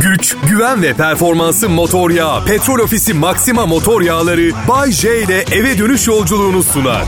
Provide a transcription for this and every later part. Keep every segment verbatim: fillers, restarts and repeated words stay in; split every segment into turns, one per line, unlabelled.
güç, güven ve performansı motor yağı. Petrol Ofisi Maxima motor yağları Bay J ile eve dönüş yolculuğunu sunar.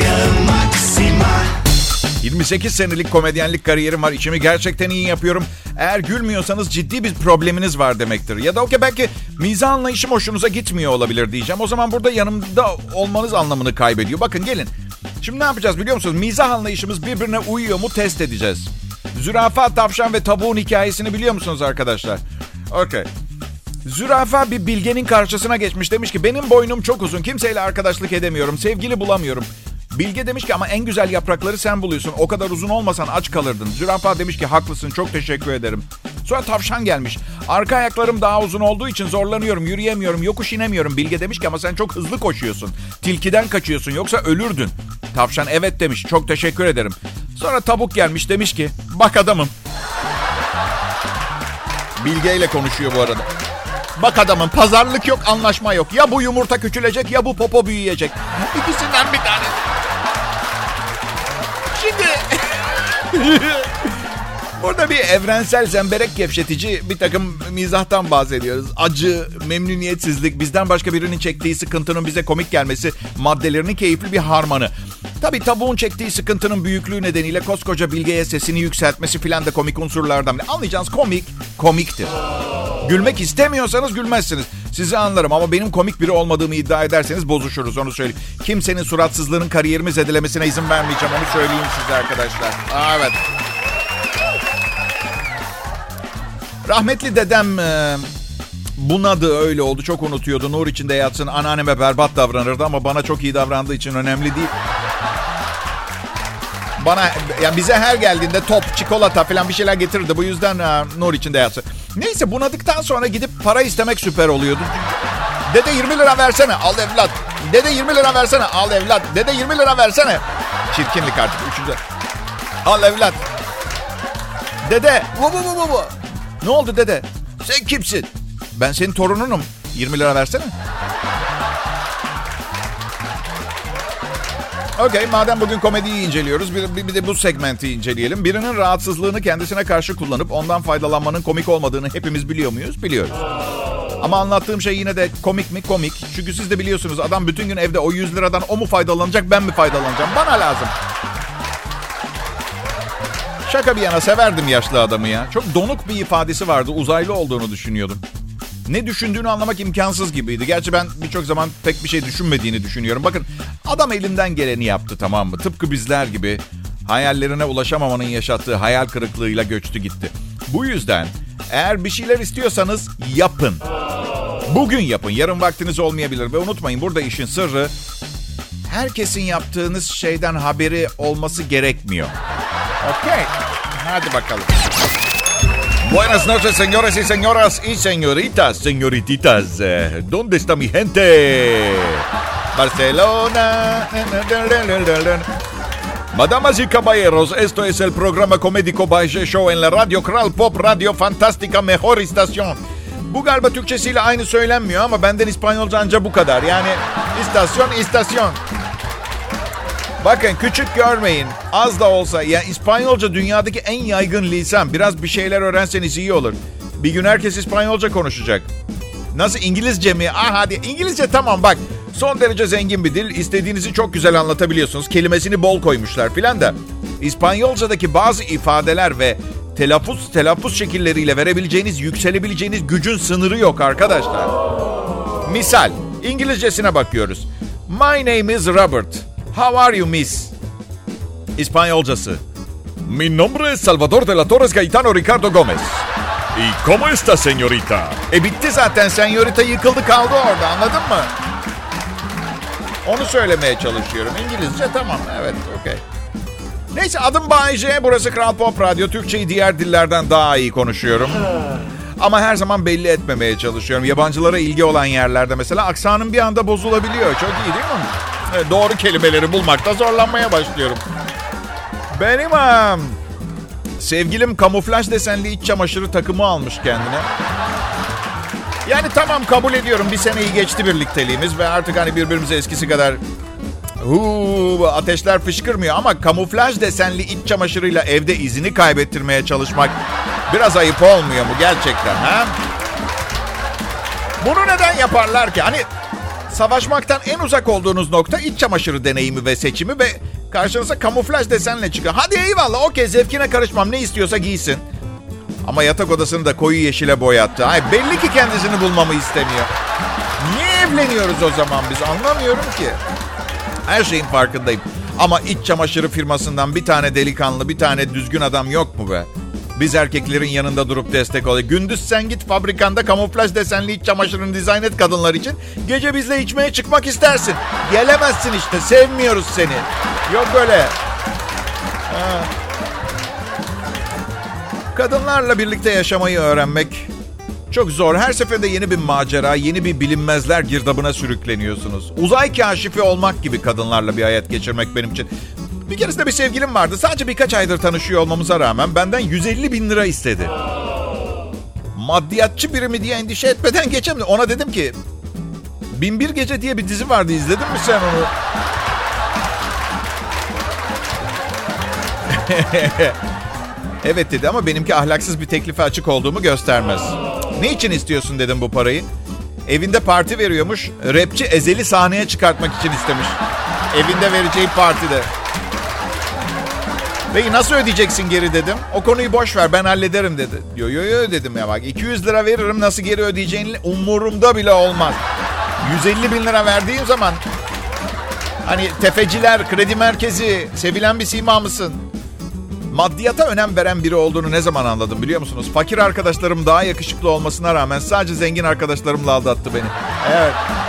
yirmi sekiz senelik komedyenlik kariyerim var. İşimi gerçekten iyi yapıyorum. Eğer gülmüyorsanız ciddi bir probleminiz var demektir. Ya da okey, belki mizah anlayışım hoşunuza gitmiyor olabilir diyeceğim. O zaman burada yanımda olmanız anlamını kaybediyor. Bakın gelin. Şimdi ne yapacağız biliyor musunuz? Mizah anlayışımız birbirine uyuyor mu test edeceğiz. Zürafa, tavşan ve tavuğun hikayesini biliyor musunuz arkadaşlar? Okey. Zürafa bir bilgenin karşısına geçmiş, demiş ki benim boynum çok uzun, kimseyle arkadaşlık edemiyorum, sevgili bulamıyorum. Bilge demiş ki ama en güzel yaprakları sen buluyorsun, o kadar uzun olmasan aç kalırdın. Zürafa demiş ki haklısın, çok teşekkür ederim. Sonra tavşan gelmiş. Arka ayaklarım daha uzun olduğu için zorlanıyorum, yürüyemiyorum, yokuş inemiyorum. Bilge demiş ki ama sen çok hızlı koşuyorsun, tilkiden kaçıyorsun, yoksa ölürdün. Tavşan evet demiş, çok teşekkür ederim. Sonra tavuk gelmiş, demiş ki bak adamım. Bilge ile konuşuyor bu arada. Bak adamım, pazarlık yok, anlaşma yok. Ya bu yumurta küçülecek ya bu popo büyüyecek. İkisinden bir tanesi. Şimdi burada bir evrensel zemberek gevşetici bir takım mizahtan bahsediyoruz. Acı, memnuniyetsizlik, bizden başka birinin çektiği sıkıntının bize komik gelmesi maddelerinin keyifli bir harmanı. Tabii tavuğun çektiği sıkıntının büyüklüğü nedeniyle koskoca Bilge'ye sesini yükseltmesi filan da komik unsurlardan. Anlayacağınız komik, komiktir. Gülmek istemiyorsanız gülmezsiniz. Sizi anlarım ama benim komik biri olmadığımı iddia ederseniz bozuşuruz, onu söyleyeyim. Kimsenin suratsızlığının kariyerimi zedelemesine izin vermeyeceğim, onu söyleyeyim size arkadaşlar. Aa, evet. Rahmetli dedem e, bunadı, öyle oldu, çok unutuyordu. Nur içinde yatsın, anneanneme berbat davranırdı ama bana çok iyi davrandığı için önemli değil. Bana, yani bize her geldiğinde top, çikolata falan bir şeyler getirirdi. Bu yüzden uh, nur içinde yatsın. Neyse, bunadıktan sonra gidip para istemek süper oluyordu. Dede yirmi lira versene, al evlat. Dede yirmi lira versene, al evlat. Dede yirmi lira versene. Çirkinlik artık. Üçüncü. Al evlat. Dede. Bu bu bu bu bu. Ne oldu dede? Sen kimsin? Ben senin torununum. yirmi lira versene. Okey, madem bugün komediyi inceliyoruz, bir, bir, bir de bu segmenti inceleyelim. Birinin rahatsızlığını kendisine karşı kullanıp ondan faydalanmanın komik olmadığını hepimiz biliyor muyuz? Biliyoruz. Ama anlattığım şey yine de komik mi? Komik. Çünkü siz de biliyorsunuz, adam bütün gün evde, o yüz liradan o mu faydalanacak, ben mi faydalanacağım? Bana lazım. Şaka bir yana, severdim yaşlı adamı ya. Çok donuk bir ifadesi vardı, uzaylı olduğunu düşünüyordum. Ne düşündüğünü anlamak imkansız gibiydi. Gerçi ben birçok zaman pek bir şey düşünmediğini düşünüyorum. Bakın, adam elinden geleni yaptı, tamam mı? Tıpkı bizler gibi hayallerine ulaşamamanın yaşattığı hayal kırıklığıyla göçtü gitti. Bu yüzden eğer bir şeyler istiyorsanız yapın. Bugün yapın. Yarın vaktiniz olmayabilir. Ve unutmayın, burada işin sırrı herkesin yaptığınız şeyden haberi olması gerekmiyor. Okey. Hadi bakalım. Buenas noches, señores y señoras y señoritas, señorititas. ¿Dónde está mi gente? Barcelona. Madamas y caballeros, esto es el programa comédico Bay J Show en la Radio Kral Pop Radio Fantástica Mejor Estación. Bu galiba Türkçesiyle aynı söylenmiyor ama benden İspanyolca anca bu kadar. Yani istasyon, istasyon. Bakın, küçük görmeyin. Az da olsa. Yani İspanyolca dünyadaki en yaygın lisan. Biraz bir şeyler öğrenseniz iyi olur. Bir gün herkes İspanyolca konuşacak. Nasıl, İngilizce mi? Ah hadi, İngilizce tamam bak. Son derece zengin bir dil. İstediğinizi çok güzel anlatabiliyorsunuz. Kelimesini bol koymuşlar filan da. İspanyolcadaki bazı ifadeler ve telaffuz, telaffuz şekilleriyle verebileceğiniz, yükselebileceğiniz gücün sınırı yok arkadaşlar. Misal, İngilizcesine bakıyoruz. My name is Robert. How are you, miss? İspanyolcası. Mi nombre es Salvador de la Torres Gaetano Ricardo Gomez. ¿Y cómo está, señorita? E bitti zaten, señorita yıkıldı kaldı orada, anladın mı? Onu söylemeye çalışıyorum. İngilizce tamam, evet, okey. Neyse, adım Bay J, burası Kral Pop Radyo. Türkçeyi diğer dillerden daha iyi konuşuyorum. Ama her zaman belli etmemeye çalışıyorum. Yabancılara ilgi olan yerlerde mesela aksanım bir anda bozulabiliyor. Çok iyi değil mi? Evet, doğru kelimeleri bulmakta zorlanmaya başlıyorum. Benim um, sevgilim kamuflaj desenli iç çamaşırı takımı almış kendine. Yani tamam, kabul ediyorum, bir seneyi geçti birlikteliğimiz ve artık hani birbirimize eskisi kadar huu, ateşler fışkırmıyor. Ama kamuflaj desenli iç çamaşırıyla evde izini kaybettirmeye çalışmak biraz ayıp olmuyor mu gerçekten, ha? Bunu neden yaparlar ki? Hani savaşmaktan en uzak olduğunuz nokta iç çamaşırı deneyimi ve seçimi ve karşınıza kamuflaj desenle çıkıyor. Hadi eyvallah, okey, zevkine karışmam, ne istiyorsa giysin. Ama yatak odasını da koyu yeşile boyattı. Ay, belli ki kendisini bulmamı istemiyor. Niye evleniyoruz o zaman biz, anlamıyorum ki. Her şeyin farkındayım. Ama iç çamaşırı firmasından bir tane delikanlı, bir tane düzgün adam yok mu be? Biz erkeklerin yanında durup destek oluyor. Gündüz sen git fabrikanda kamuflaj desenli iç çamaşırını dizayn et kadınlar için. Gece bizle içmeye çıkmak istersin. Gelemezsin işte, sevmiyoruz seni. Yok öyle. Ha. Kadınlarla birlikte yaşamayı öğrenmek çok zor. Her seferinde yeni bir macera, yeni bir bilinmezler girdabına sürükleniyorsunuz. Uzay kaşifi olmak gibi kadınlarla bir hayat geçirmek benim için. Bir keresinde bir sevgilim vardı. Sadece birkaç aydır tanışıyor olmamıza rağmen benden yüz elli bin lira istedi. Maddiyatçı biri mi diye endişe etmeden geçemedim. Ona dedim ki, Bin Bir Gece diye bir dizi vardı, izledin mi sen onu? Evet dedi ama benimki ahlaksız bir teklife açık olduğumu göstermez. Ne için istiyorsun dedim bu parayı. Evinde parti veriyormuş. Rapçi Ezel'i sahneye çıkartmak için istemiş. Evinde vereceği partide. Peki nasıl ödeyeceksin geri dedim. O konuyu boş ver, ben hallederim dedi. Yo yo yo dedim ya, bak iki yüz lira veririm, nasıl geri ödeyeceğini umurumda bile olmaz. yüz elli bin lira verdiğim zaman hani tefeciler, kredi merkezi, sevilen bir sima mısın? Maddiyata önem veren biri olduğunu ne zaman anladım biliyor musunuz? Fakir arkadaşlarım daha yakışıklı olmasına rağmen sadece zengin arkadaşlarımla aldattı beni. Evet.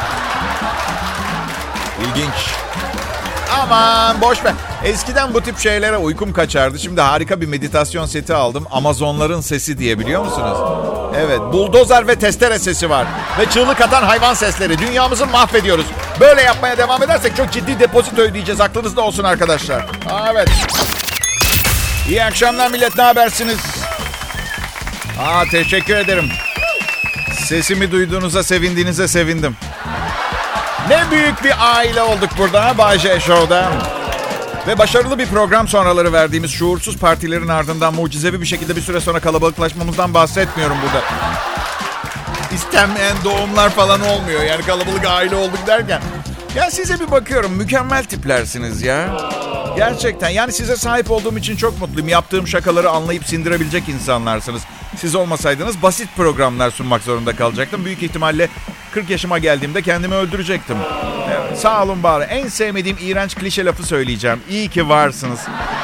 İlginç. Aman boş ver. Eskiden bu tip şeylere uykum kaçardı. Şimdi harika bir meditasyon seti aldım. Amazonların sesi diye, biliyor musunuz? Evet, buldozer ve testere sesi var. Ve çığlık atan hayvan sesleri. Dünyamızı mahvediyoruz. Böyle yapmaya devam edersek çok ciddi depozito ödeyeceğiz. Aklınızda olsun arkadaşlar. Aa, evet. İyi akşamlar millet, ne habersiniz? Aa, teşekkür ederim. Sesimi duyduğunuza, sevindiğinize sevindim. Ne büyük bir aile olduk burada Bay J Show'da. Ve başarılı bir program sonraları verdiğimiz şuursuz partilerin ardından mucizevi bir şekilde bir süre sonra kalabalıklaşmamızdan bahsetmiyorum burada. İstenmeyen doğumlar falan olmuyor. Yani kalabalık aile olduk derken. Ya size bir bakıyorum, mükemmel tiplersiniz ya. Gerçekten yani size sahip olduğum için çok mutluyum. Yaptığım şakaları anlayıp sindirebilecek insanlarsınız. Siz olmasaydınız basit programlar sunmak zorunda kalacaktım. Büyük ihtimalle kırk yaşıma geldiğimde kendimi öldürecektim. Evet, sağ olun bari. En sevmediğim iğrenç klişe lafı söyleyeceğim. İyi ki varsınız.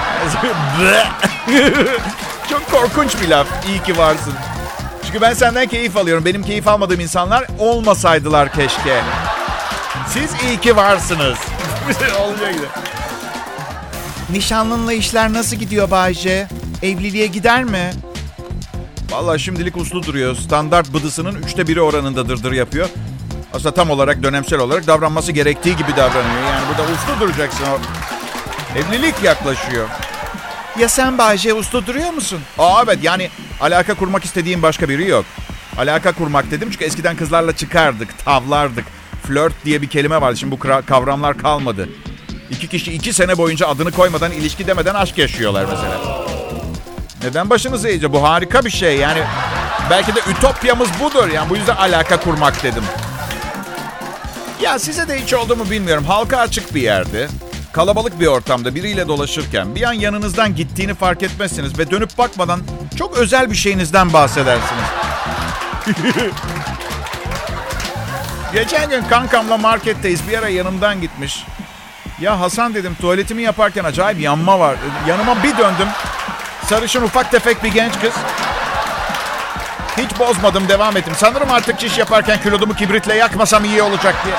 Çok korkunç bir laf. İyi ki varsın. Çünkü ben senden keyif alıyorum. Benim keyif almadığım insanlar olmasaydılar keşke. Siz iyi ki varsınız. Olacak gibi. Nişanlınla işler nasıl gidiyor Bay J? Evliliğe gider mi? Vallahi şimdilik uslu duruyor. Standart bıdısının üçte biri oranında dırdır yapıyor. Aslında tam olarak dönemsel olarak davranması gerektiği gibi davranıyor. Yani burada uslu duracaksın. O evlilik yaklaşıyor. Ya sen Bay J uslu duruyor musun? Aa evet, yani alaka kurmak istediğim başka biri yok. Alaka kurmak dedim çünkü eskiden kızlarla çıkardık, tavlardık. Flört diye bir kelime vardı. Şimdi bu kavramlar kalmadı. İki kişi iki sene boyunca adını koymadan, ilişki demeden aşk yaşıyorlar mesela. Neden başınızı eğice? Bu harika bir şey. Yani belki de ütopyamız budur. Yani bu yüzden alaka kurmak dedim. Ya size de hiç oldu mu bilmiyorum. Halka açık bir yerde, kalabalık bir ortamda biriyle dolaşırken bir an yanınızdan gittiğini fark etmezsiniz ve dönüp bakmadan çok özel bir şeyinizden bahsedersiniz. Geçen gün kankamla marketteyiz. Bir ara yanımdan gitmiş. Ya Hasan dedim, tuvaletimi yaparken acayip yanma var. Yanıma bir döndüm. Sarışın ufak tefek bir genç kız. Hiç bozmadım, devam ettim. Sanırım artık çiş yaparken kilodumu kibritle yakmasam iyi olacak diye.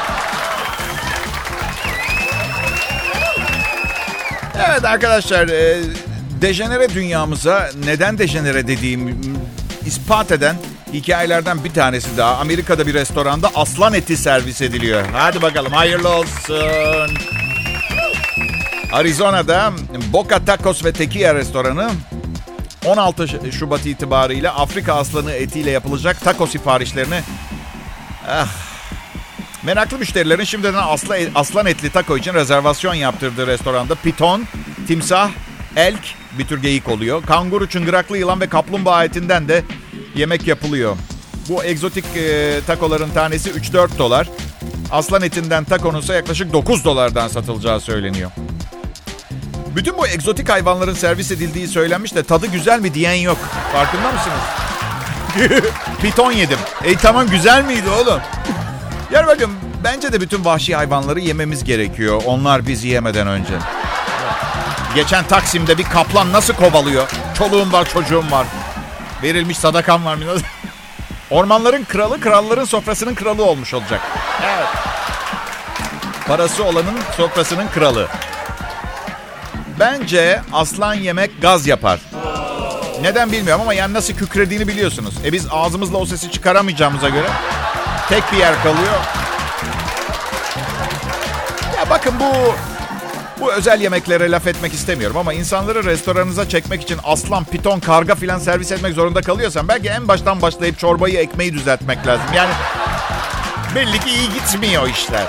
Evet arkadaşlar, e, dejenere dünyamıza neden dejenere dediğim ispat eden hikayelerden bir tanesi daha. Amerika'da bir restoranda aslan eti servis ediliyor. Hadi bakalım, hayırlı olsun. Arizona'da Boca Tacos ve Tequila restoranı on altı Şubat itibarıyla Afrika aslanı etiyle yapılacak taco siparişlerini ah, meraklı müşterilerin şimdiden asla, aslan etli taco için rezervasyon yaptırdığı restoranda piton, timsah, elk, bir tür geyik oluyor, kanguru, çıngıraklı yılan ve kaplumbağa etinden de yemek yapılıyor. Bu egzotik e, takoların tanesi üç dört dolar. Aslan etinden takonunsa yaklaşık dokuz dolardan satılacağı söyleniyor. Bütün bu egzotik hayvanların servis edildiği söylenmiş de tadı güzel mi diyen yok. Farkında mısınız? Piton yedim. E tamam, güzel miydi oğlum? Yani bakın, bence de bütün vahşi hayvanları yememiz gerekiyor. Onlar bizi yemeden önce. Geçen Taksim'de bir kaplan nasıl kovalıyor? Çoluğum var, çocuğum var. Verilmiş sadakam var. Ormanların kralı, kralların sofrasının kralı olmuş olacak. Evet. Parası olanın sofrasının kralı. Bence aslan yemek gaz yapar. Neden bilmiyorum ama yani nasıl kükrediğini biliyorsunuz. E biz ağzımızla o sesi çıkaramayacağımıza göre tek bir yer kalıyor. Ya bakın, bu bu özel yemeklere laf etmek istemiyorum ama insanları restoranınıza çekmek için aslan, piton, karga filan servis etmek zorunda kalıyorsan belki en baştan başlayıp çorbayı, ekmeği düzeltmek lazım. Yani belli ki iyi gitmiyor işler.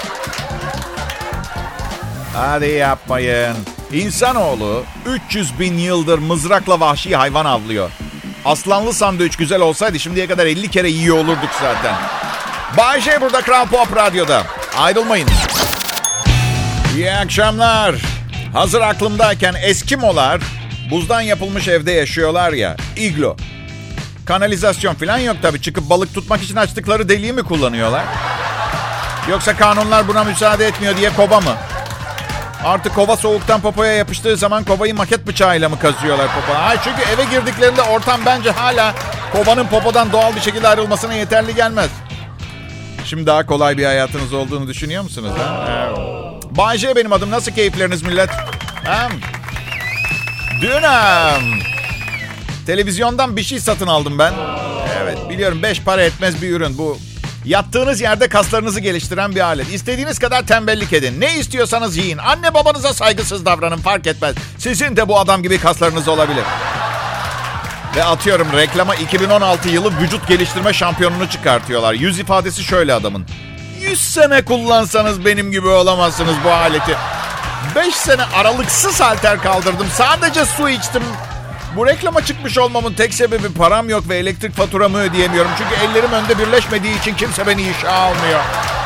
Hadi yapmayın. İnsanoğlu üç yüz bin yıldır mızrakla vahşi hayvan avlıyor. Aslanlı sandviç güzel olsaydı şimdiye kadar elli kere yiyor olurduk zaten. Bay J burada, Kral Pop Radyo'da. Ayrılmayın. İyi akşamlar. Hazır aklımdayken, Eskimolar buzdan yapılmış evde yaşıyorlar ya. İglo. Kanalizasyon falan yok tabii. Çıkıp balık tutmak için açtıkları deliği mi kullanıyorlar? Yoksa kanunlar buna müsaade etmiyor diye kova mı? Artık kova soğuktan popoya yapıştığı zaman kovayı maket bıçağıyla mı kazıyorlar popoya? Ay çünkü eve girdiklerinde ortam bence hala kovanın popodan doğal bir şekilde ayrılmasına yeterli gelmez. Şimdi daha kolay bir hayatınız olduğunu düşünüyor musunuz? Ha? Evet. Bay J benim adım. Nasıl keyifleriniz millet? Ha? Dün um, televizyondan bir şey satın aldım ben. Evet biliyorum, beş para etmez bir ürün bu. Yattığınız yerde kaslarınızı geliştiren bir alet. İstediğiniz kadar tembellik edin. Ne istiyorsanız yiyin. Anne babanıza saygısız davranın, fark etmez. Sizin de bu adam gibi kaslarınız olabilir. Ve atıyorum, reklama iki bin on altı yılı vücut geliştirme şampiyonunu çıkartıyorlar. Yüz ifadesi şöyle adamın. yüz sene kullansanız benim gibi olamazsınız bu aleti. beş sene aralıksız halter kaldırdım. Sadece su içtim. Bu reklama çıkmış olmamın tek sebebi param yok ve elektrik faturamı ödeyemiyorum. Çünkü ellerim önde birleşmediği için kimse beni işe almıyor.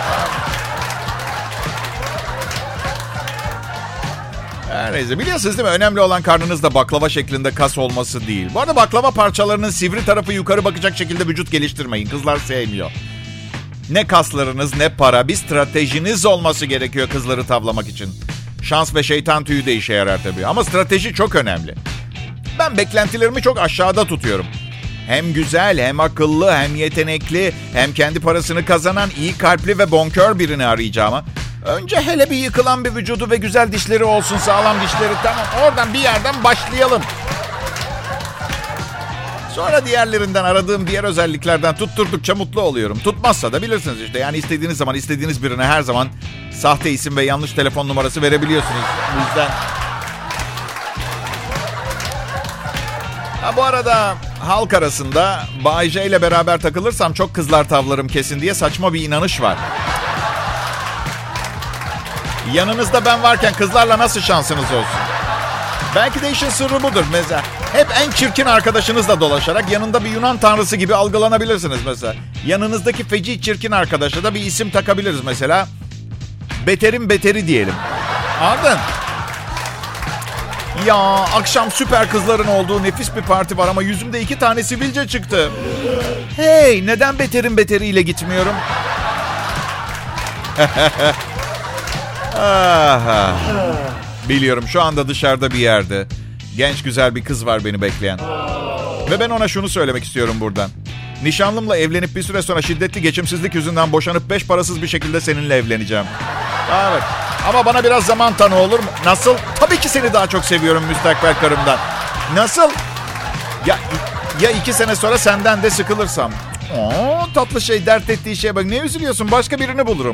Her neyse, biliyorsunuz değil mi? Önemli olan karnınızda baklava şeklinde kas olması değil. Bu arada baklava parçalarının sivri tarafı yukarı bakacak şekilde vücut geliştirmeyin. Kızlar sevmiyor. Ne kaslarınız ne para, bir stratejiniz olması gerekiyor kızları tavlamak için. Şans ve şeytan tüyü de işe yarar tabii. Ama strateji çok önemli. Ben beklentilerimi çok aşağıda tutuyorum. Hem güzel, hem akıllı, hem yetenekli, hem kendi parasını kazanan, iyi kalpli ve bonkör birini arayacağıma. Önce hele bir yıkılan bir vücudu ve güzel dişleri olsun, sağlam dişleri, tamam. Oradan bir yerden başlayalım. Sonra diğerlerinden, aradığım diğer özelliklerden tutturdukça mutlu oluyorum. Tutmazsa da bilirsiniz işte. Yani istediğiniz zaman, istediğiniz birine her zaman sahte isim ve yanlış telefon numarası verebiliyorsunuz. Bu yüzden... Ha, bu arada halk arasında Bay J ile beraber takılırsam çok kızlar tavlarım kesin diye saçma bir inanış var. Yanınızda ben varken kızlarla nasıl şansınız olsun? Belki de işin sırrı budur mesela. Hep en çirkin arkadaşınızla dolaşarak yanında bir Yunan tanrısı gibi algılanabilirsiniz mesela. Yanınızdaki feci çirkin arkadaşa da bir isim takabiliriz mesela. Beterin beteri diyelim. Anladın? Ya akşam süper kızların olduğu nefis bir parti var ama yüzümde iki tane sivilce çıktı. Hey, neden beterin beteriyle gitmiyorum? ah, biliyorum, şu anda dışarıda bir yerde genç güzel bir kız var beni bekleyen. Ve ben ona şunu söylemek istiyorum buradan. Nişanlımla evlenip bir süre sonra şiddetli geçimsizlik yüzünden boşanıp beş parasız bir şekilde seninle evleneceğim. Evet. Ama bana biraz zaman tanı, olur mu? Nasıl? Tabii ki seni daha çok seviyorum müstakbel karımdan. Nasıl? Ya, ya iki sene sonra senden de sıkılırsam? Oo, tatlı şey, dert ettiği şeye bak. Ne üzülüyorsun? Başka birini bulurum.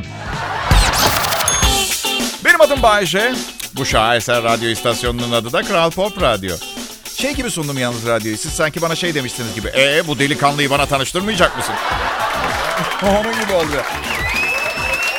Benim adım Bay J. Bu şaheser radyo istasyonunun adı da Kral Pop Radyo. Şey gibi sundum yalnız radyoyu. Siz sanki bana şey demiştiniz gibi. Ee, bu delikanlıyı bana tanıştırmayacak mısın? Onun gibi oluyor.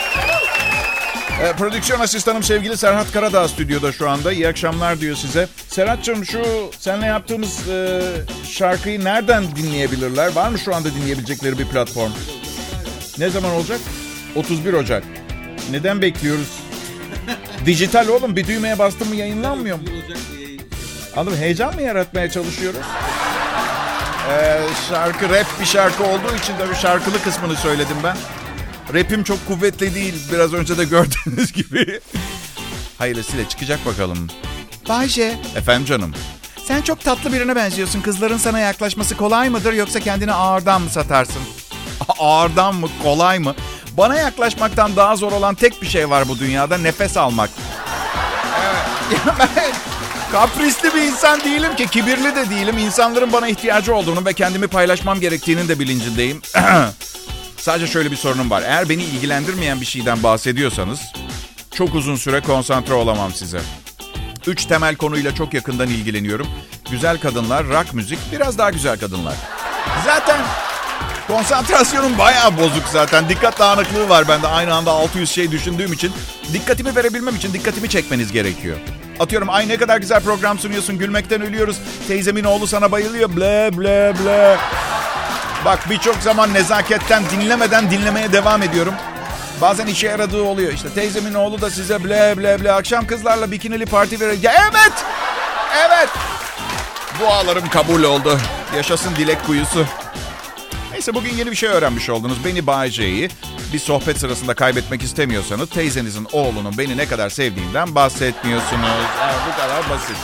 E, prodüksiyon asistanım sevgili Serhat Karadağ stüdyoda şu anda. İyi akşamlar diyor size. Serhat'cığım şu seninle yaptığımız e, şarkıyı nereden dinleyebilirler? Var mı şu anda dinleyebilecekleri bir platform? Ne zaman olacak? otuz bir Ocak. Neden bekliyoruz? Dijital oğlum, bir düğmeye bastın mı yayınlanmıyor mu? Anladın mı? Heyecan mı yaratmaya çalışıyoruz? Ee, şarkı rap bir şarkı olduğu için de bir şarkılı kısmını söyledim ben. Rap'im çok kuvvetli değil. Biraz önce de gördüğünüz gibi. Hayırlısıyla çıkacak bakalım. Bayce. Efendim canım. Sen çok tatlı birine benziyorsun. Kızların sana yaklaşması kolay mıdır yoksa kendini ağırdan mı satarsın? Ağırdan mı, kolay mı? Bana yaklaşmaktan daha zor olan tek bir şey var bu dünyada. Nefes almak. Evet. Ben kaprisli bir insan değilim ki. Kibirli de değilim. İnsanların bana ihtiyacı olduğunu ve kendimi paylaşmam gerektiğinin de bilincindeyim. Sadece şöyle bir sorunum var. Eğer beni ilgilendirmeyen bir şeyden bahsediyorsanız çok uzun süre konsantre olamam size. Üç temel konuyla çok yakından ilgileniyorum. Güzel kadınlar, rock müzik, biraz daha güzel kadınlar. Zaten konsantrasyonum bayağı bozuk zaten. Dikkat dağınıklığı var bende. Aynı anda altı yüz şey düşündüğüm için. Dikkatimi verebilmem için dikkatimi çekmeniz gerekiyor. Atıyorum, ay ne kadar güzel program sunuyorsun, gülmekten ölüyoruz. Teyzemin oğlu sana bayılıyor, ble ble ble. Bak birçok zaman nezaketten dinlemeden dinlemeye devam ediyorum. Bazen işe yaradığı oluyor. İşte teyzemin oğlu da size ble ble ble akşam kızlarla bikinili parti verir. Ya evet, evet. Dualarım kabul oldu. Yaşasın dilek kuyusu. Neyse, bugün yeni bir şey öğrenmiş oldunuz. Beni, Bay J'yi bir sohbet sırasında kaybetmek istemiyorsanız teyzenizin oğlunun beni ne kadar sevdiğinden bahsetmiyorsunuz. Yani bu kadar basit.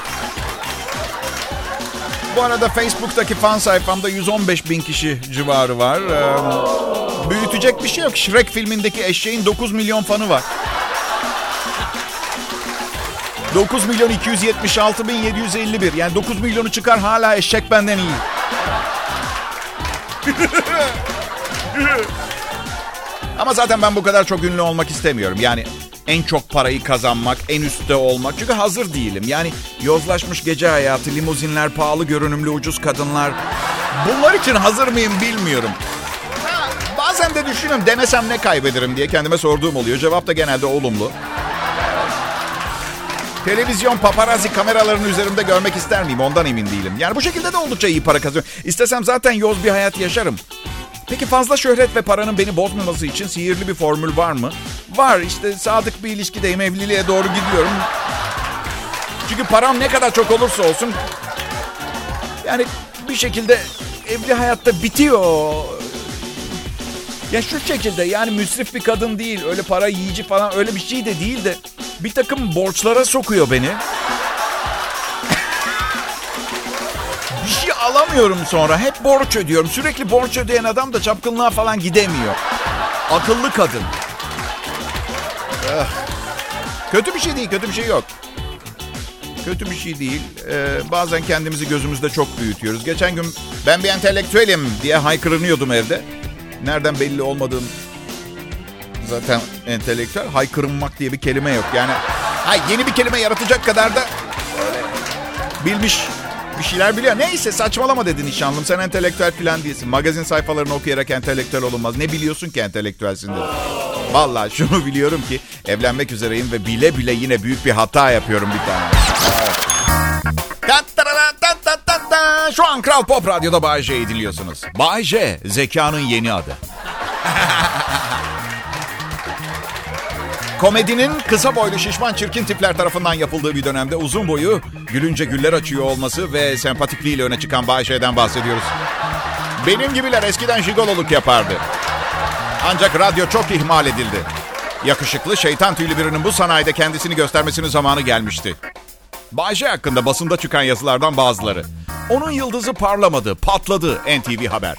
Bu arada Facebook'taki fan sayfamda yüz on beş bin kişi civarı var. Ee, büyütecek bir şey yok. Shrek filmindeki eşeğin dokuz milyon fanı var. dokuz milyon iki yüz yetmiş altı bin yedi yüz elli bir. Yani dokuz milyonu çıkar, hala eşek benden iyi. Ama zaten ben bu kadar çok ünlü olmak istemiyorum. Yani en çok parayı kazanmak, en üstte olmak. Çünkü hazır değilim. Yani yozlaşmış gece hayatı, limuzinler, pahalı görünümlü ucuz kadınlar. Bunlar için hazır mıyım bilmiyorum. Ha, bazen de düşünüyorum, denesem ne kaybederim diye kendime sorduğum oluyor. Cevap da genelde olumlu. Televizyon, paparazzi kameralarının üzerinde görmek ister miyim? Ondan emin değilim. Yani bu şekilde de oldukça iyi para kazanıyorum. İstesem zaten yoz bir hayat yaşarım. Peki fazla şöhret ve paranın beni bozmaması için sihirli bir formül var mı? Var, işte sadık bir ilişkideyim, evliliğe doğru gidiyorum. Çünkü param ne kadar çok olursa olsun, yani bir şekilde evli hayatta bitiyor. Ya şu şekilde, yani müsrif bir kadın değil, öyle para yiyici falan öyle bir şey de değil de bir takım borçlara sokuyor beni. Bir şey alamıyorum sonra. Hep borç ödüyorum. Sürekli borç ödeyen adam da çapkınlığa falan gidemiyor. Akıllı kadın. Kötü bir şey değil, kötü bir şey yok. Kötü bir şey değil. Ee, bazen kendimizi gözümüzde çok büyütüyoruz. Geçen gün ben bir entelektüelim diye haykırınıyordum evde. Nereden belli olmadığım zaten entelektüel. Haykırınmak diye bir kelime yok. Yani hay, yeni bir kelime yaratacak kadar da öyle bilmiş bir şeyler biliyor. Neyse, saçmalama dedi nişanlım. Sen entelektüel falan değilsin. Magazin sayfalarını okuyarak entelektüel olunmaz. Ne biliyorsun ki entelektüelsin dedi. Vallahi şunu biliyorum ki evlenmek üzereyim ve bile bile yine büyük bir hata yapıyorum bir tane. Evet. Şu an Kral Pop Radyo'da Bay J'yi dinliyorsunuz. Bay J, zekanın yeni adı. Komedinin kısa boylu şişman çirkin tipler tarafından yapıldığı bir dönemde uzun boyu gülünce güller açıyor olması ve sempatikliğiyle öne çıkan Bay J'den bahsediyoruz. Benim gibiler eskiden jigololuk yapardı. Ancak radyo çok ihmal edildi. Yakışıklı, şeytan tüylü birinin bu sanayide kendisini göstermesinin zamanı gelmişti. Bay J hakkında basında çıkan yazılardan bazıları. Onun yıldızı parlamadı, patladı. N T V Haber.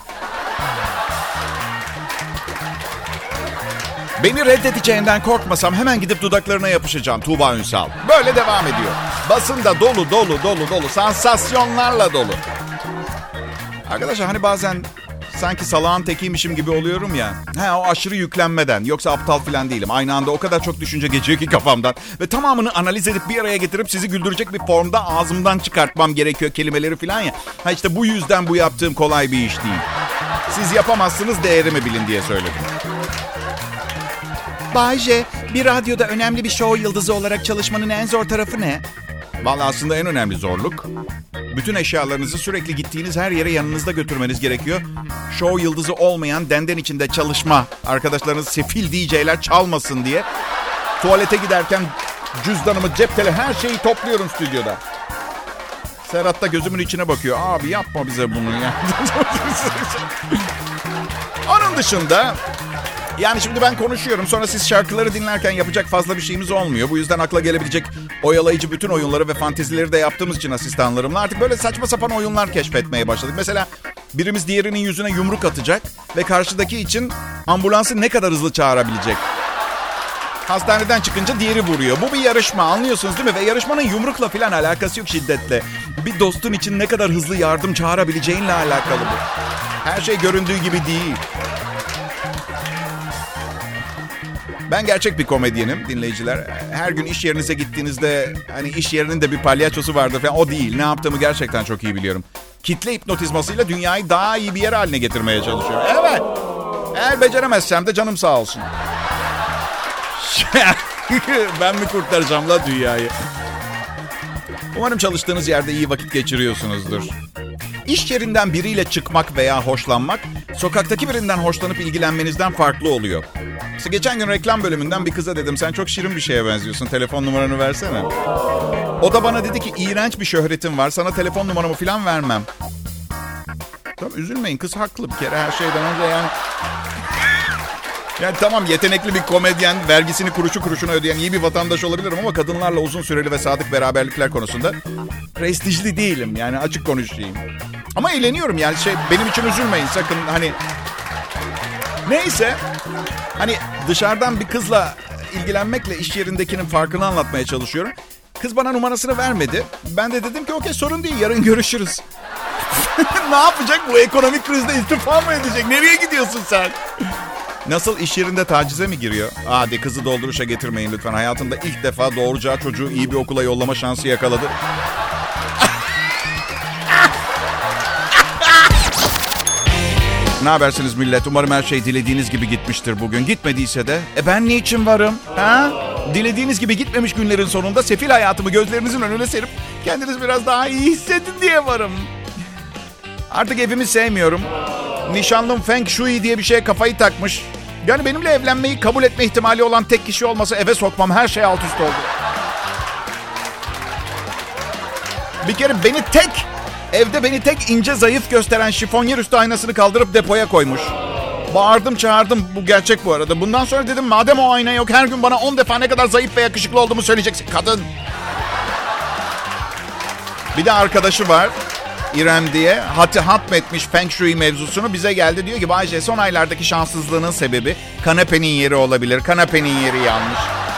Beni reddedeceğinden korkmasam hemen gidip dudaklarına yapışacağım. Tuğba Ünsal. Böyle devam ediyor. Basında dolu dolu dolu dolu. Sansasyonlarla dolu. Arkadaşlar hani bazen sanki salağın tekiymişim gibi oluyorum ya. He, o aşırı yüklenmeden. Yoksa aptal falan değilim. Aynı anda o kadar çok düşünce geçiyor ki kafamdan. Ve tamamını analiz edip bir araya getirip sizi güldürecek bir formda ağzımdan çıkartmam gerekiyor kelimeleri falan ya. Ha işte bu yüzden bu yaptığım kolay bir iş değil. Siz yapamazsınız, değerimi bilin diye söyledim. Bay J, bir radyoda önemli bir show yıldızı olarak çalışmanın en zor tarafı ne? Vallahi aslında en önemli zorluk, bütün eşyalarınızı sürekli gittiğiniz her yere yanınızda götürmeniz gerekiyor. Show yıldızı olmayan denden içinde çalışma, arkadaşlarınız sefil D J'ler çalmasın diye. Tuvalete giderken cüzdanımı, cep telefonu, her şeyi topluyorum stüdyoda. Serhat da gözümün içine bakıyor. Abi yapma bize bunu ya. Onun dışında... Yani şimdi ben konuşuyorum, sonra siz şarkıları dinlerken yapacak fazla bir şeyimiz olmuyor. Bu yüzden akla gelebilecek oyalayıcı bütün oyunları ve fantezileri de yaptığımız için asistanlarımla artık böyle saçma sapan oyunlar keşfetmeye başladık. Mesela birimiz diğerinin yüzüne yumruk atacak ve karşıdaki için ambulansı ne kadar hızlı çağırabilecek. Hastaneden çıkınca diğeri vuruyor. Bu bir yarışma, anlıyorsunuz değil mi? Ve yarışmanın yumrukla falan alakası yok, şiddetle. Bir dostun için ne kadar hızlı yardım çağırabileceğinle alakalı bu. Her şey göründüğü gibi değil. Ben gerçek bir komedyenim dinleyiciler. Her gün iş yerinize gittiğinizde hani iş yerinin de bir palyaçosu vardır falan. O değil. Ne yaptığımı gerçekten çok iyi biliyorum. Kitle hipnotizmasıyla dünyayı daha iyi bir yer haline getirmeye çalışıyorum. Evet. Eğer beceremezsem de canım sağ olsun. Ben mi kurtaracağım la dünyayı? Umarım çalıştığınız yerde iyi vakit geçiriyorsunuzdur. İş yerinden biriyle çıkmak veya hoşlanmak, sokaktaki birinden hoşlanıp ilgilenmenizden farklı oluyor. İşte geçen gün reklam bölümünden bir kıza dedim, sen çok şirin bir şeye benziyorsun, telefon numaranı versene. O da bana dedi ki, iğrenç bir şöhretim var, sana telefon numaramı falan vermem. Tamam, üzülmeyin, kız haklı bir kere her şeyden önce yani. Yani tamam, yetenekli bir komedyen, vergisini kuruşu kuruşuna ödeyen iyi bir vatandaş olabilirim ama kadınlarla uzun süreli ve sadık beraberlikler konusunda prestijli değilim. Yani açık konuşayım. Ama eğleniyorum yani, şey, benim için üzülmeyin sakın hani. Neyse, hani dışarıdan bir kızla ilgilenmekle iş yerindekinin farkını anlatmaya çalışıyorum. Kız bana numarasını vermedi. Ben de dedim ki okey, sorun değil, yarın görüşürüz. Ne yapacak bu ekonomik krizde, istifa mı edecek? Nereye gidiyorsun sen? Nasıl, iş yerinde tacize mi giriyor? Hadi kızı dolduruşa getirmeyin lütfen. Hayatında ilk defa doğuracağı çocuğu iyi bir okula yollama şansı yakaladı. Ne habersiniz millet? Umarım her şey dilediğiniz gibi gitmiştir bugün. Gitmediyse de e ben niçin varım? Ha? Dilediğiniz gibi gitmemiş günlerin sonunda sefil hayatımı gözlerinizin önüne serip kendiniz biraz daha iyi hissedin diye varım. Artık evimi sevmiyorum. Nişanlım Feng Shui diye bir şeye kafayı takmış. Yani benimle evlenmeyi kabul etme ihtimali olan tek kişi olmasa eve sokmam, her şey alt üst oldu. Bir kere beni tek, evde beni tek ince zayıf gösteren şifonyer üstü aynasını kaldırıp depoya koymuş. Bağırdım çağırdım, bu gerçek bu arada. Bundan sonra dedim, madem o ayna yok, her gün bana on defa ne kadar zayıf ve yakışıklı olduğumu söyleyeceksin kadın. Bir de arkadaşı var, İrem diye, hatı hatmetmiş Feng Shui mevzusunu, bize geldi. Diyor ki Bayce, son aylardaki şanssızlığının sebebi kanepenin yeri olabilir. Kanepenin yeri yanlış.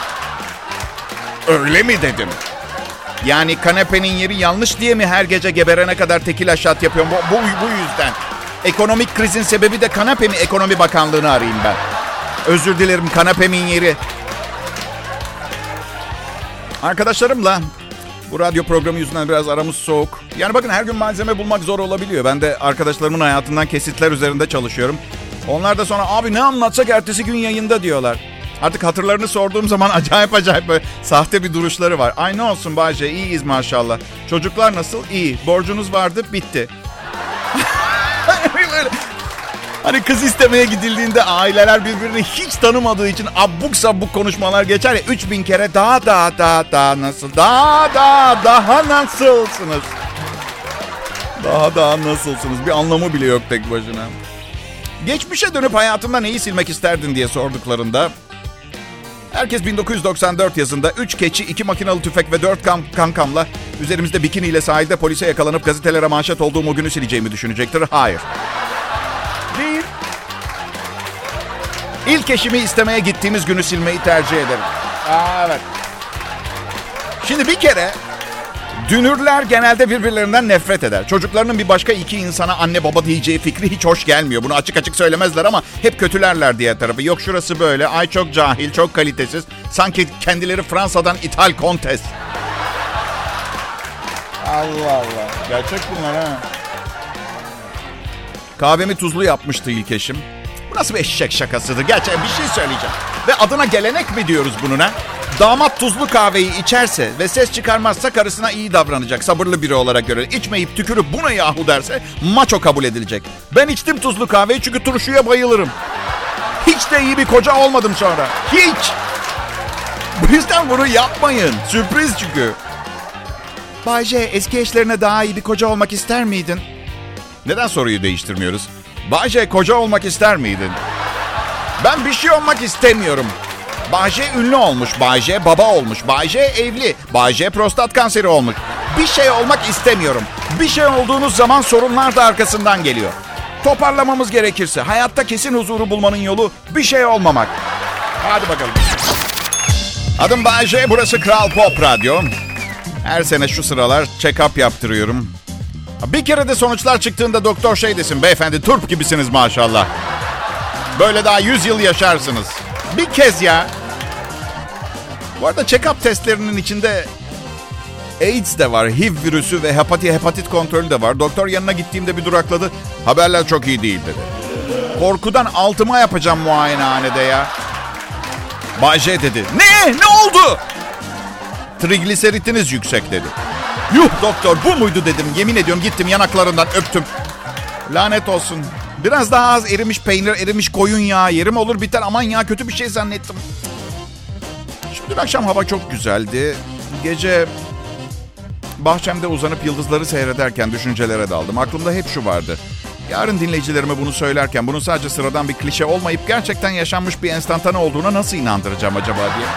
Öyle mi dedim? Yani kanepenin yeri yanlış diye mi her gece geberene kadar tekila şat yapıyorum? Bu, bu, bu yüzden. Ekonomik krizin sebebi de kanepe mi? Ekonomi Bakanlığı'nı arayayım ben. Özür dilerim, kanepemin yeri. Arkadaşlarımla bu radyo programı yüzünden biraz aramız soğuk. Yani bakın, her gün malzeme bulmak zor olabiliyor. Ben de arkadaşlarımın hayatından kesitler üzerinde çalışıyorum. Onlar da sonra abi ne anlatsak ertesi gün yayında diyorlar. Artık hatırlarını sorduğum zaman acayip acayip böyle sahte bir duruşları var. Ay ne olsun Bayce, iyiyiz maşallah. Çocuklar nasıl? İyi. Borcunuz vardı, bitti. Böyle. Hani kız istemeye gidildiğinde aileler birbirini hiç tanımadığı için abuk sabuk konuşmalar geçer ya. Üç bin kere daha daha daha daha nasıl? Daha daha daha nasılsınız? Daha daha nasılsınız? Bir anlamı bile yok tek başına. Geçmişe dönüp hayatında neyi silmek isterdin diye sorduklarında herkes bin dokuz yüz doksan dört yazında üç keçi, iki makinalı tüfek ve dört kan- kankamla üzerimizde bikiniyle sahilde polise yakalanıp gazetelere manşet olduğum o günü sileceğimi düşünecektir. Hayır. Değil. İlk eşimi istemeye gittiğimiz günü silmeyi tercih ederim. Aa, evet. Şimdi bir kere dünürler genelde birbirlerinden nefret eder. Çocuklarının bir başka iki insana anne baba diyeceği fikri hiç hoş gelmiyor. Bunu açık açık söylemezler ama hep kötülerler diğer tarafı. Yok şurası böyle, ay çok cahil, çok kalitesiz. Sanki kendileri Fransa'dan ithal kontes. Allah Allah. Gerçek bunlar ha. Kahvemi tuzlu yapmıştı ilk eşim. Bu nasıl bir eşek şakasıdır? Gerçekten bir şey söyleyeceğim. Ve adına gelenek mi diyoruz bunun ha? Damat tuzlu kahveyi içerse ve ses çıkarmazsa karısına iyi davranacak. Sabırlı biri olarak görür. İçmeyip tükürüp bu ne yahu derse maço kabul edilecek. Ben içtim tuzlu kahveyi çünkü turşuya bayılırım. Hiç de iyi bir koca olmadım sonra. Hiç. Bu yüzden bunu yapmayın. Sürpriz çünkü. Bay J, eski eşlerine daha iyi bir koca olmak ister miydin? Neden soruyu değiştirmiyoruz? Bay J, koca olmak ister miydin? Ben bir şey olmak istemiyorum. Bay J ünlü olmuş. Bay J baba olmuş. Bay J evli. Bay J prostat kanseri olmuş. Bir şey olmak istemiyorum. Bir şey olduğunuz zaman sorunlar da arkasından geliyor. Toparlamamız gerekirse hayatta kesin huzuru bulmanın yolu bir şey olmamak. Hadi bakalım. Adım Bay J, burası Kral Pop Radyo. Her sene şu sıralar check-up yaptırıyorum. Bir kere de sonuçlar çıktığında doktor şey desin, beyefendi turp gibisiniz maşallah. Böyle daha yüz yıl yaşarsınız. Bir kez ya. Bu arada check-up testlerinin içinde AIDS de var, H I V virüsü ve hepatit, hepatit kontrolü de var. Doktor yanına gittiğimde bir durakladı. Haberler çok iyi değil dedi. Korkudan altıma yapacağım muayenehanede ya. Bay J dedi. Ne? Ne oldu? Trigliseritiniz yüksek dedi. Yuh doktor, bu muydu dedim. Yemin ediyorum gittim yanaklarından öptüm. Lanet olsun. Biraz daha az erimiş peynir, erimiş koyun yağı yerim olur biter. Aman ya, kötü bir şey zannettim. Şimdi dün akşam hava çok güzeldi. Gece bahçemde uzanıp yıldızları seyrederken düşüncelere daldım. Aklımda hep şu vardı. Yarın dinleyicilerime bunu söylerken bunun sadece sıradan bir klişe olmayıp gerçekten yaşanmış bir enstantane olduğuna nasıl inandıracağım acaba diye.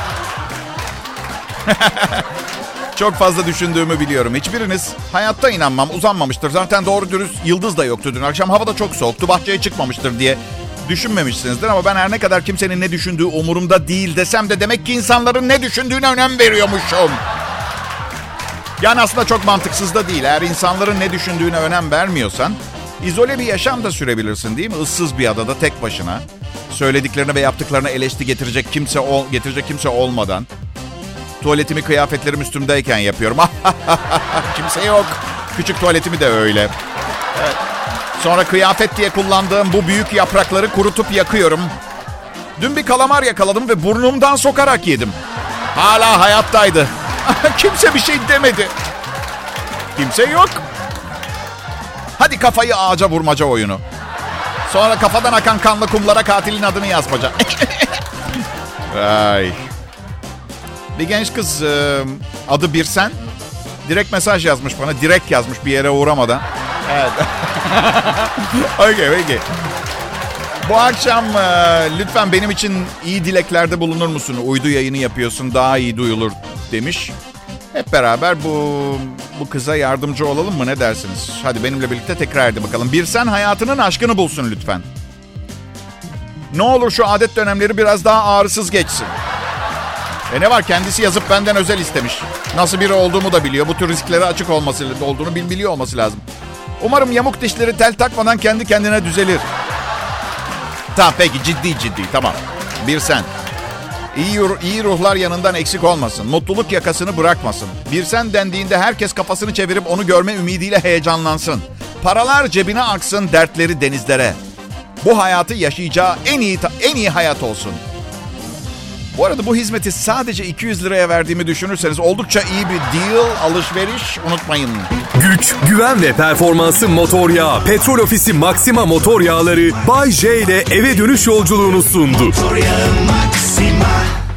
Çok fazla düşündüğümü biliyorum. Hiçbiriniz hayatta inanmam, uzanmamıştır. Zaten doğru dürüst yıldız da yoktu dün akşam. Hava da çok soğuktu, bahçeye çıkmamıştır diye düşünmemişsinizdir. Ama ben her ne kadar kimsenin ne düşündüğü umurumda değil desem de demek ki insanların ne düşündüğüne önem veriyormuşum. Yani aslında çok mantıksız da değil. Eğer insanların ne düşündüğüne önem vermiyorsan izole bir yaşam da sürebilirsin değil mi? Issız bir adada tek başına. Söylediklerine ve yaptıklarına eleştiri getirecek kimse ol, getirecek kimse olmadan. Tuvaletimi kıyafetlerim üstümdeyken yapıyorum. Kimse yok. Küçük tuvaletimi de öyle. Evet. Sonra kıyafet diye kullandığım bu büyük yaprakları kurutup yakıyorum. Dün bir kalamar yakaladım ve burnumdan sokarak yedim. Hala hayattaydı. Kimse bir şey demedi. Kimse yok. Hadi kafayı ağaca vurmaca oyunu. Sonra kafadan akan kanlı kumlara katilin adını yazmaca. Ay. Bir genç kız adı Birsen. Direkt mesaj yazmış bana. Direkt yazmış bir yere uğramadan. Evet. Okay, okay. Bu akşam lütfen benim için iyi dileklerde bulunur musun? Uydu yayını yapıyorsun, daha iyi duyulur demiş. Hep beraber bu bu kıza yardımcı olalım mı, ne dersiniz? Hadi benimle birlikte tekrar edin bakalım. Birsen hayatının aşkını bulsun lütfen. Ne olur şu adet dönemleri biraz daha ağrısız geçsin. E ne var, kendisi yazıp benden özel istemiş. Nasıl biri olduğumu da biliyor. Bu tür risklere açık olması olduğunu biliyor olması lazım. Umarım yamuk dişleri tel takmadan kendi kendine düzelir. Tamam peki, ciddi ciddi tamam. Bir sen. İyi, iyi ruhlar yanından eksik olmasın. Mutluluk yakasını bırakmasın. Bir sen dendiğinde herkes kafasını çevirip onu görme ümidiyle heyecanlansın. Paralar cebine aksın, dertleri denizlere. Bu hayatı yaşayacağı en iyi en iyi hayat olsun. Bu arada bu hizmeti sadece iki yüz liraya verdiğimi düşünürseniz oldukça iyi bir deal, alışveriş, unutmayın.
Güç, güven ve performansı motor yağı. Petrol Ofisi Maxima motor yağları Bay J ile eve dönüş yolculuğunu sundu. Motor yağı Maxima.